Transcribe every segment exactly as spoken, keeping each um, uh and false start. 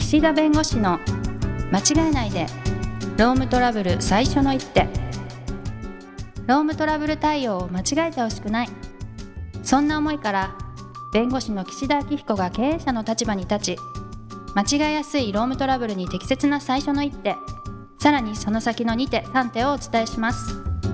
岸田弁護士の間違えないでロームトラブル最初の一手。ロームトラブル対応を間違えてほしくない、そんな思いから弁護士の岸田明彦が経営者の立場に立ち、間違えやすいロームトラブルに適切な最初の一手、さらにその先のに手さん手をお伝えします。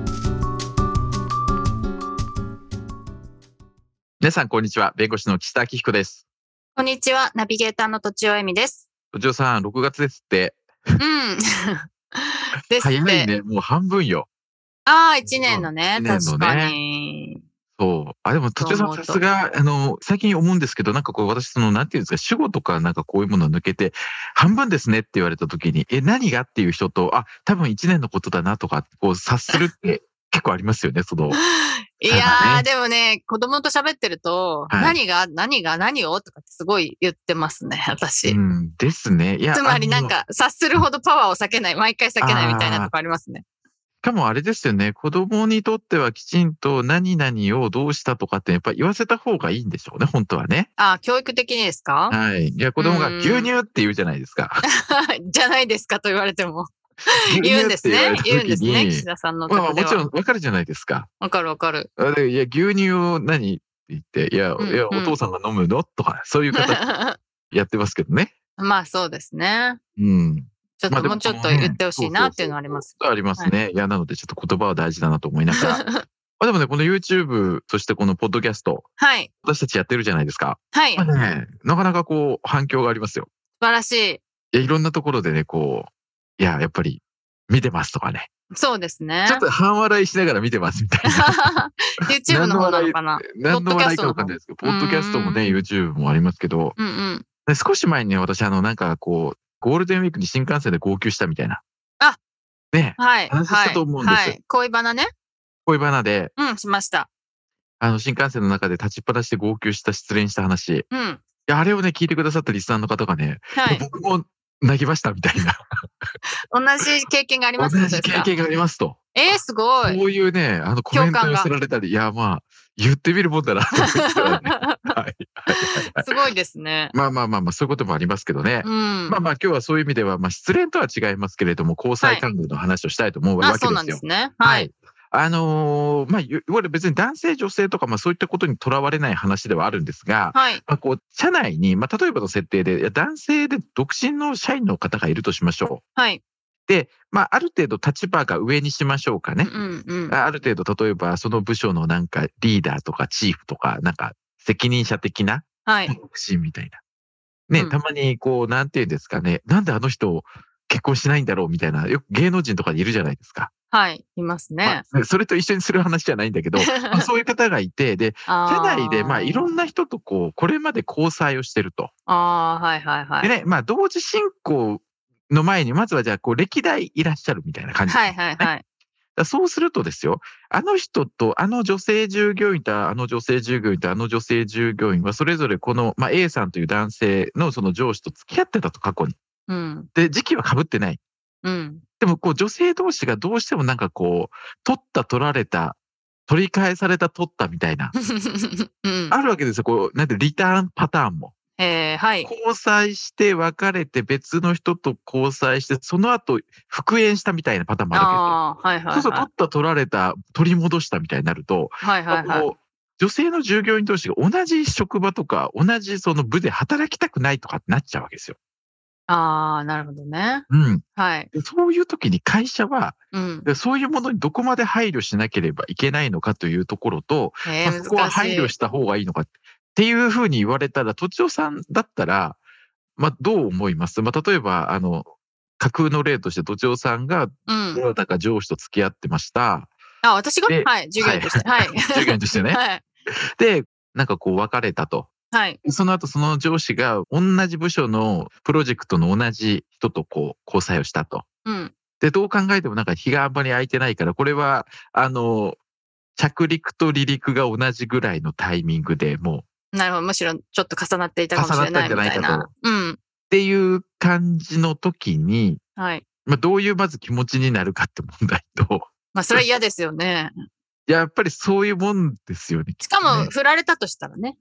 皆さんこんにちは、弁護士の岸田明彦です。 こんにちは、ナビゲーターのとちおえみです。 とちおさん、ろくがつですって。 うんですって。 早いね、もう半分よ。 ああ、いちねんのね、 いちねんのね、 確かに。 そう。あ、でもとちおさんさすが、あの、最近思うんですけど、なんかこう私、その、なんていうんですか、主語とかなんかこういうものを抜けて、半分ですねって言われた時に、え、何がっていう人と、あ、多分いちねんのことだなとか、こう察するって結構ありますよね、その。 いやー、ね、でもね、子供と喋ってると、はい、何が、何が、何をとかってすごい言ってますね、私。 うん、ですね。いや、 つまりなんか、察するほどパワーを避けない、毎回避けないみたいなとこありますね。 しかもあれですよね、子供にとってはきちんと何々をどうしたとかってやっぱり言わせた方がいいんでしょうね、本当はね。 ああ、教育的にですか？ はい。いや、子供が牛乳って言うじゃないですか。 じゃないですかと言われても。言うんですね。言うんですね。岸田さんのとこでは。 まあもちろんわかるじゃないですか。 わかるわかる。 いや、牛乳を何って言って、いや、うんうん、いや、お父さんが飲むのとか、そういう形やってますけどね。 まあそうですね。 うん。 ちょっともうちょっと言ってほしいなっていうのはあります。 ありますね。はい、いや、なのでちょっと言葉は大事だなと思いながら。まあでもね、この YouTube、そしてこのポッドキャスト、 はい、 私たちやってるじゃないですか。 はい。 まあね、なかなかこう反響がありますよ。 素晴らしい。 いや、いろんなところでね、こう、いや、やっぱり見てますとかね。 そうですね。 ちょっと半笑いしながら見てますみたいな。 YouTube の方なのかな。 何の笑いかわかんないですけど、ポッドキャストもね、YouTube もありますけど、 うんうん、 で少し前にね、私、あの、なんかこう、ゴールデンウィークに新幹線で号泣したみたいな。 あ、 ね、 はい、 話したと思うんですよ。はい、 恋バナね。 恋バナで、 うん、しました。 あの、新幹線の中で立ちっぱなしで号泣した、失恋した話。 うん。 いや、あれをね、聞いてくださったリスナーの方がね、 はい、 僕も泣きましたみたいな。 同じ経験があります同じ経験がありますと。 えー、すごい。 こういうね、あの、コメント寄せられたり、いや、まあ、言ってみるもんだなと思ってからね。はい。 すごいですね。 まあまあまあまあ、そういうこともありますけどね。 うん、 まあまあ、今日はそういう意味では、まあ、失恋とは違いますけれども、交際関連の話をしたいと思うわけですよ。 そうなんですね。 はい。はい、あのー、まあ、いわゆる別に男性、女性とか、まあそういったことにとらわれない話ではあるんですが、 はい、 まあこう、社内に、まあ例えばの設定で、いや男性で独身の社員の方がいるとしましょう。 はい。 で、まあ、ある程度立場が上にしましょうかね。 うんうん、 ある程度、例えばその部署のなんかリーダーとかチーフとか、なんか責任者的な、 はい。 独身みたいな。ね、うん、たまにこう、なんていうんですかね、なんであの人結婚しないんだろうみたいな、よく芸能人とかにいるじゃないですか。 はい、いますね。 まあ、それと一緒にする話じゃないんだけど、まあ、そういう方がいて、で、社内で、まあ、いろんな人とこう、これまで交際をしてると。 ああ、はいはいはい。 でね、まあ、同時進行の前に、まずはじゃあ、こう、歴代いらっしゃるみたいな感じ、ね。 はいはいはい。 だそうするとですよ、あの人と、あの女性従業員と、あの女性従業員と、あの女性従業員は、それぞれこの、まあ、A さんという男性のその上司と付き合ってたと、過去に。 うん、で、 時期は被ってない。 うん、 でも、こう、女性同士がどうしてもなんかこう、取った取られた、取り返された取ったみたいな。うん、あるわけですよ。こう、なんてリターンパターンも。 えー、はい。 交際して別れて別の人と交際して、その後復縁したみたいなパターンもあるわけですよ。 あはいはいはい、 そうすると取った取られた取り戻したみたいになると、 はいはいはい、 女性の従業員同士が同じ職場とか同じその部で働きたくないとかってなっちゃうわけですよ。 ああ、なるほどね。 うん。 はい。 そういう時に会社は、 うん、 そういうものにどこまで配慮しなければいけないのかというところと、 えーまあ、そこは配慮した方がいいのかっていうふうに言われたら、とちおさんだったら、まあ、どう思います？まあ、例えば、あの、架空の例として、とちおさんが、どなたか上司と付き合ってました。 うん、あ、私がはい、従業員として。はい。 従業員としてね。はい。で、なんかこう別れたと。 はい。 その後その上司が同じ部署のプロジェクトの同じ人とこう交際をしたと。 うん。 で、どう考えてもなんか日があんまり空いてないから、これは、あの、着陸と離陸が同じぐらいのタイミングでもう。なるほど。むしろちょっと重なっていたかもしれないみたいな。 重なったんじゃないかと。 うん。 っていう感じの時に、 はい。 まあ、どういうまず気持ちになるかって問題と。 まあ、それは嫌ですよね。 やっぱりそういうもんですよね。 しかも、振られたとしたらね。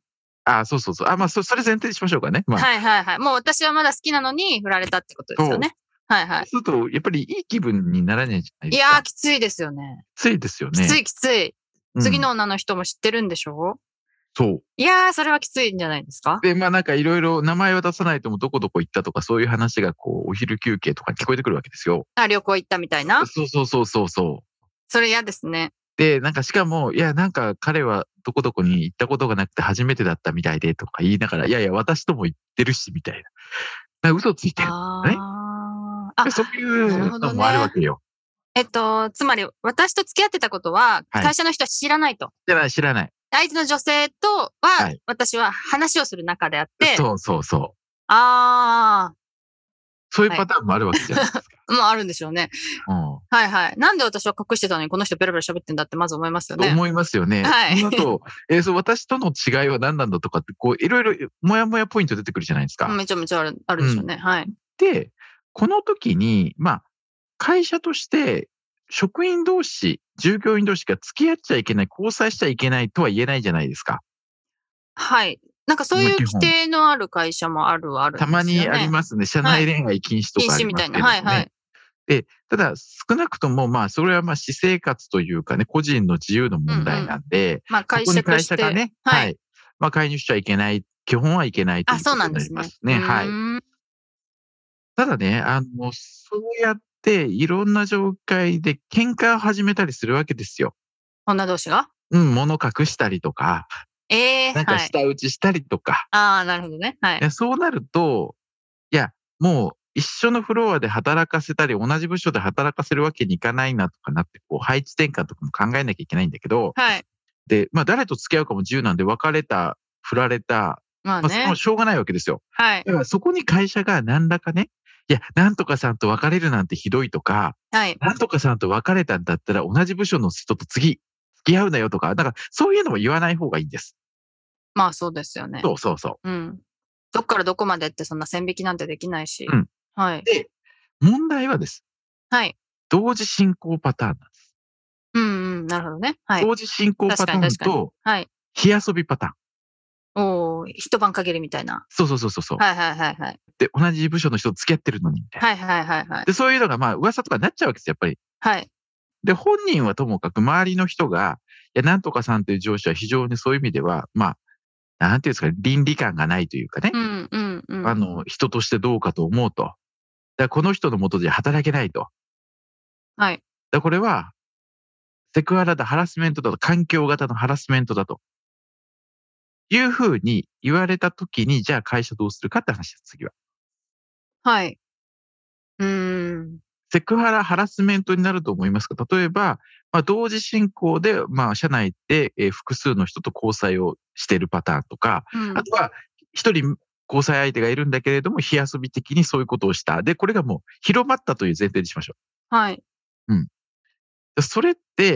ああ、そうそうそう。あ、まあ、そ、それ前提にしましょうかね。まあ。 はいはいはい。もう私はまだ好きなのに振られたってことですよね。はいはい。 そうすると、やっぱりいい気分にならないじゃないですか。 いやー、きついですよね。 きついですよね。 きついきつい。次のうん、 女の人も知ってるんでしょ？ そう。 いやー、それはきついんじゃないですか？ で、まあなんかいろいろ名前を出さないともどこどこ行ったとかそういう話がこう、お昼休憩とかに聞こえてくるわけですよ。 あ、旅行行ったみたいな。 そうそうそうそうそう。 それ嫌ですね。 で、なんかしかも、いや、なんか彼はどこどこに行ったことがなくて初めてだったみたいでとか言いながら、いやいや、私とも行ってるし、みたいな。なんか嘘ついてるんだね。 あー。あ、 そういうのもあるわけよ。 えっと、つまり、私と付き合ってたことは、 はい会社の人は知らないと。 知らない、知らない。 相手の女性とははい、 私は話をする中であって、 そうそうそう。 あそういうパターンもあるわけじゃないですか。 ー、もうあるんでしょうね。 うん。 はいはい。なんで私は隠してたのにこの人ベラベラ喋ってんだってまず思いますよね。 と思いますよね。 はいその後、えーそう、私との違いは何なんだとかって、こう、いろいろ、もやもやポイント出てくるじゃないですか。 めちゃめちゃある、あるでしょうね。はい。 で、この時に、まあ、会社として職員同士、従業員同士が付き合っちゃいけない、交際しちゃいけないとは言えないじゃないですか。 はい。なんかそういう規定のある会社もあるはあるんですよね。 たまにありますね。社内恋愛禁止とかありますけどね。 禁止みたいな。はいはい。 で、ただ少なくとも、まあ、それはまあ、私生活というかね、個人の自由の問題なんで、うんうん、 まあ、会社として。 ここに会社がね、はい、はい。まあ、介入しちゃいけない、基本はいけないということになりますね。 あ、そうなんですね。 はい。ただね、あの、そうやっていろんな状態で喧嘩を始めたりするわけですよ。 女同士が？ うん、物隠したりとか、 ええー、 なんか舌打ちしたりとか。 はい、ああ、なるほどね。はい。 そうなると、いや、もう一緒のフロアで働かせたり、同じ部署で働かせるわけにいかないなとかなって、こう、配置転換とかも考えなきゃいけないんだけど、 はい。 で、まあ、誰と付き合うかも自由なんで、別れた、振られた、 まあね。 まあ、それもしょうがないわけですよ。 はい。 だからそこに会社が何らかね、いや、なんとかさんと別れるなんてひどいとか、 はい。 なんとかさんと別れたんだったら同じ部署の人と次、付き合うなよとか、だからそういうのも言わない方がいいんです。 まあそうですよね。 そうそうそう。 うん。どっからどこまでってそんな線引きなんてできないし。 うん。 はい。 で、問題はです。 はい。 同時進行パターンなんです。 うんうん、なるほどね。はい。 同時進行パターンと、 はい。 火遊びパターン。 おー、一晩限りみたいな。 そうそうそうそう。 はいはいはいはい。 で、同じ部署の人と付き合ってるのにみたいな。 はいはいはいはい。 で、そういうのがまあ噂とかになっちゃうわけですよ、やっぱり。 はい。 で、本人はともかく周りの人が、いや、なんとかさんという上司は非常にそういう意味では、まあ、なんていうんですか、倫理観がないというかね。 うんうんうん。 あの、人としてどうかと思うと。だからこの人の下で働けないと。 はい。 だこれは、セクハラだ、ハラスメントだと、環境型のハラスメントだと。いうふうに言われたときに、じゃあ会社どうするかって話です、次は。 はい。うーん。 セクハラ、ハラスメントになると思いますか？例えば、まあ、同時進行で、まあ、社内で、えー、複数の人と交際をしているパターンとか、うん、あとは、一人交際相手がいるんだけれども、火遊び的にそういうことをした。で、これがもう広まったという前提にしましょう。はい。 うん。それって、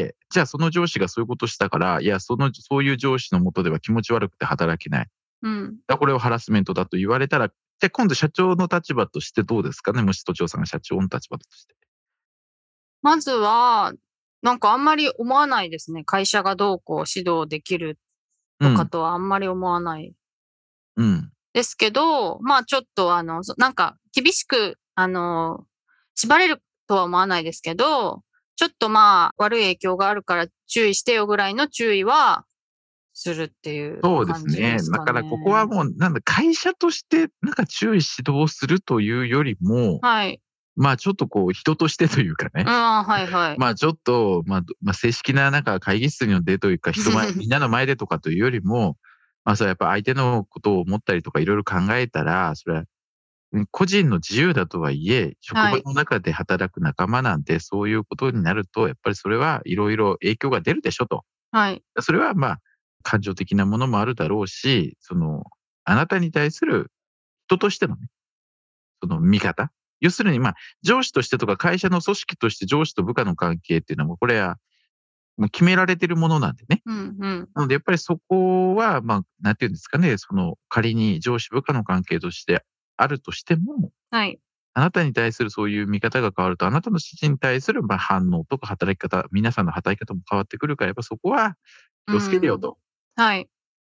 じゃあその上司がそういうことをしたから、いや、その、そういう上司の下では気持ち悪くて働けない。 うん。 これをハラスメントだと言われたら、じゃあ今度社長の立場としてどうですかね？もし都庁さんが社長の立場として。 まずは、なんかあんまり思わないですね。会社がどうこう指導できるとかとはあんまり思わない。 うん。 ですけど、まあちょっとあの、なんか厳しく、あの、縛れるとは思わないですけど、ちょっとまあ悪い影響があるから注意してよぐらいの注意はするっていう感じですかね。 そうですね。だからここはもう、なんだ、会社としてなんか注意指導するというよりも、 はい。 まあちょっとこう人としてというかね。 ああ、はいはい。 まあちょっと、まあ、まあ正式ななんか会議室に呼んでというか、人前、みんなの前でとかというよりも、まあそれやっぱ相手のことを思ったりとかいろいろ考えたら、それは個人の自由だとはいえ、職場の中で働く仲間なんて、はい、そういうことになると、やっぱりそれはいろいろ影響が出るでしょと。 はい。 それはまあ、感情的なものもあるだろうし、その、あなたに対する人としてのね、その見方。要するにまあ、上司としてとか会社の組織として上司と部下の関係っていうのはもうこれは、もう決められてるものなんでね。 うんうん。 なのでやっぱりそこは、まあ、なんていうんですかね、その仮に上司部下の関係としてあるとしても、 はい。 あなたに対するそういう見方が変わると、あなたの指示に対するまあ反応とか働き方、皆さんの働き方も変わってくるから、やっぱそこは気をつけてよと。 はい。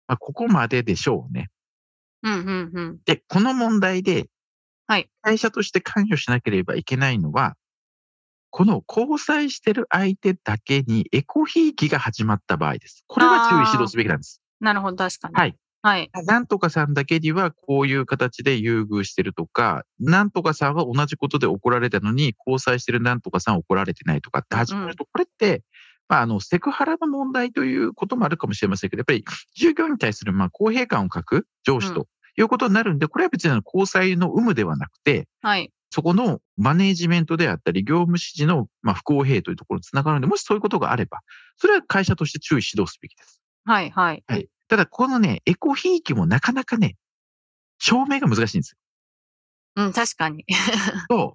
まあ、ここまででしょうね。 うんうんうん。 で、この問題で、 はい。 会社として関与しなければいけないのは、この交際してる相手だけにエコひいきが始まった場合です。これは注意指導すべきなんです。 なるほど、確かに。 はい。 はい。 なんとかさんだけにはこういう形で優遇してるとか、なんとかさんは同じことで怒られたのに、交際してるなんとかさんは怒られてないとかって始まると、これって、まあ、あの、セクハラの問題ということもあるかもしれませんけど、やっぱり従業員に対する、まあ、公平感を欠く上司ということになるんで、これは別に交際の有無ではなくて、 はい。 そこのマネージメントであったり、業務指示の、まあ、不公平というところにつながるので、もしそういうことがあれば、それは会社として注意指導すべきです。 はい、はい。 はい。ただ、このね、エコひいきもなかなかね、証明が難しいんですよ。 うん、確かに。 そう。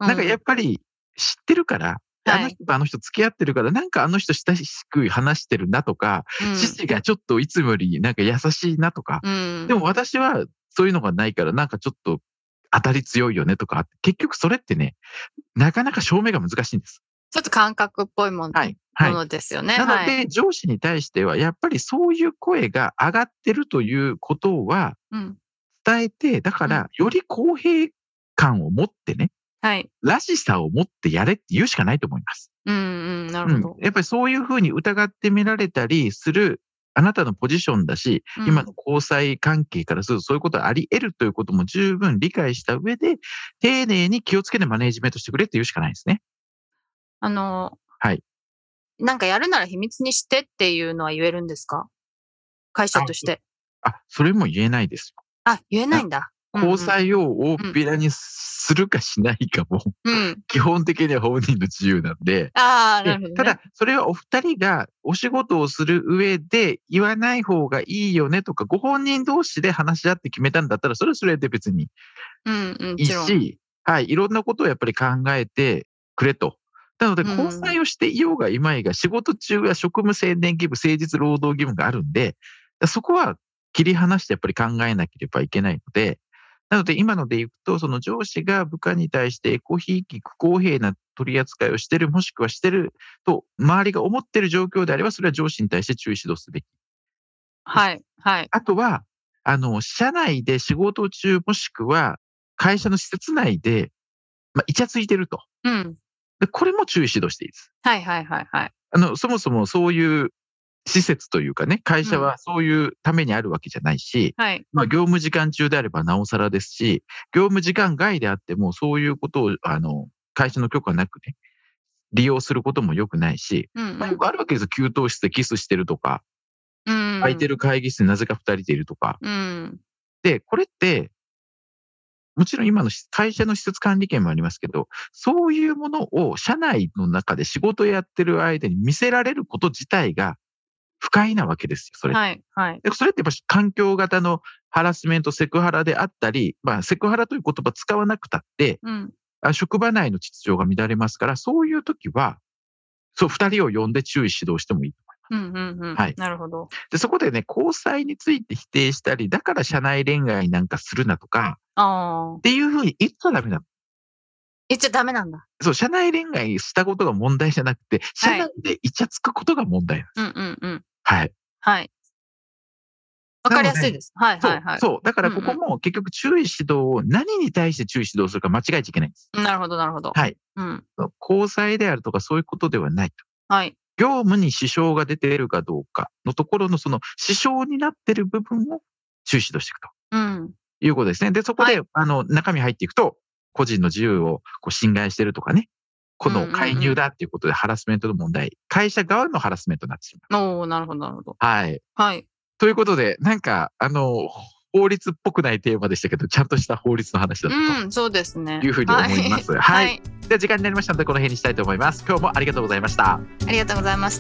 なんかやっぱり知ってるから、 うん、 あの人とあの人付き合ってるから、なんかあの人親しく話してるなとか、 うん、 指示がちょっといつもよりなんか優しいなとか、 うん、 でも私はそういうのがないから、なんかちょっと当たり強いよねとか、結局それってね、なかなか証明が難しいんです。 ちょっと感覚っぽいもの、 はいはい、 ものですよね。 なので、 はい、 上司に対しては、やっぱりそういう声が上がってるということは伝えて、だから、より公平感を持ってね、 はい、 らしさを持ってやれって言うしかないと思います。 うんうん、なるほど、 うん。やっぱりそういうふうに疑ってみられたりする、あなたのポジションだし、うん、今の交際関係からするとそういうことがあり得るということも十分理解した上で、丁寧に気をつけてマネージメントしてくれって言うしかないですね。 あの、 はい。 なんかやるなら秘密にしてっていうのは言えるんですか？会社として。 あ、あそれも言えないですよ。 あ、言えないんだ。 交際を大っぴらにするかしないかも、うん、基本的には本人の自由なんで。 ああ、なるほどね。 ただ、それはお二人がお仕事をする上で言わない方がいいよねとか、ご本人同士で話し合って決めたんだったら、それはそれで別にいいし、はい、いろんなことをやっぱり考えてくれと。なので、交際をしていようがいまいが、仕事中は職務専念義務、誠実労働義務があるんで、そこは切り離してやっぱり考えなければいけないので、なので今ので言うと、その上司が部下に対してエコひいき、不公平な取り扱いをしている、もしくはしていると、周りが思っている状況であれば、それは上司に対して注意指導すべき。 はい、はい。 あとは、あの、社内で仕事中、もしくは会社の施設内で、まあ、イチャついてると。 うん。 で、これも注意指導していいです。 はいはいはいはい。 あの、そもそもそういう施設というかね、会社はそういうためにあるわけじゃないし、 うん、はい。 まあ、業務時間中であればなおさらですし、業務時間外であってもそういうことを、あの、会社の許可なくね、利用することも良くないし、 うんうん、 まあ、よくあるわけですよ。給湯室でキスしてるとか、 うん、 空いてる会議室になぜか二人でいるとか。 うん、 で、これって、もちろん今の会社の施設管理権もありますけど、そういうものを社内の中で仕事やってる間に見せられること自体が不快なわけですよ、それ。 はい、はい。 それってやっぱり環境型のハラスメント、セクハラであったり、まあ、セクハラという言葉使わなくたって、うん、職場内の秩序が乱れますから、そういう時は、そう、二人を呼んで注意指導してもいいと思います。 うんうんうん、はい。なるほど。 で、そこでね、交際について否定したり、だから社内恋愛なんかするなとか、 あっていうふうに言っちゃダメなの。 言っちゃダメなんだ。 そう、社内恋愛したことが問題じゃなくて、社内でイチャつくことが問題なんです。 うんうんうん。 はい。 はい。わかりやすいです。はいはいはい。 そう。だからここも結局注意指導を何に対して注意指導するか間違えちゃいけないんです。 なるほどなるほど。 はい。 うん。 交際であるとかそういうことではないと。 はい。 業務に支障が出ているかどうかのところのその支障になっている部分を注意指導していくと。 うん。 いうことですね。で、そこで、 はい、 あの、中身入っていくと、個人の自由をこう侵害しているとかね、この介入だっていうことでハラスメントの問題、会社側のハラスメントになってしまう。 おー、なるほど、なるほど。 はい。 はい。 ということで、なんか、あの、法律っぽくないテーマでしたけど、ちゃんとした法律の話だったと。 うん、そうですね。 いうふうに思います。はい。はい、では、時間になりましたので、この辺にしたいと思います。今日もありがとうございました。 ありがとうございました。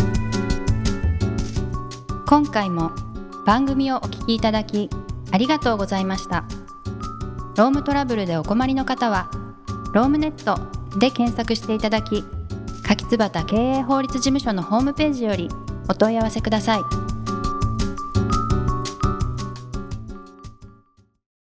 今回も番組をお聞きいただき、ありがとうございました。ロームトラブルでお困りの方は、ロームネットで検索していただき、柿椿経営法律事務所のホームページよりお問い合わせください。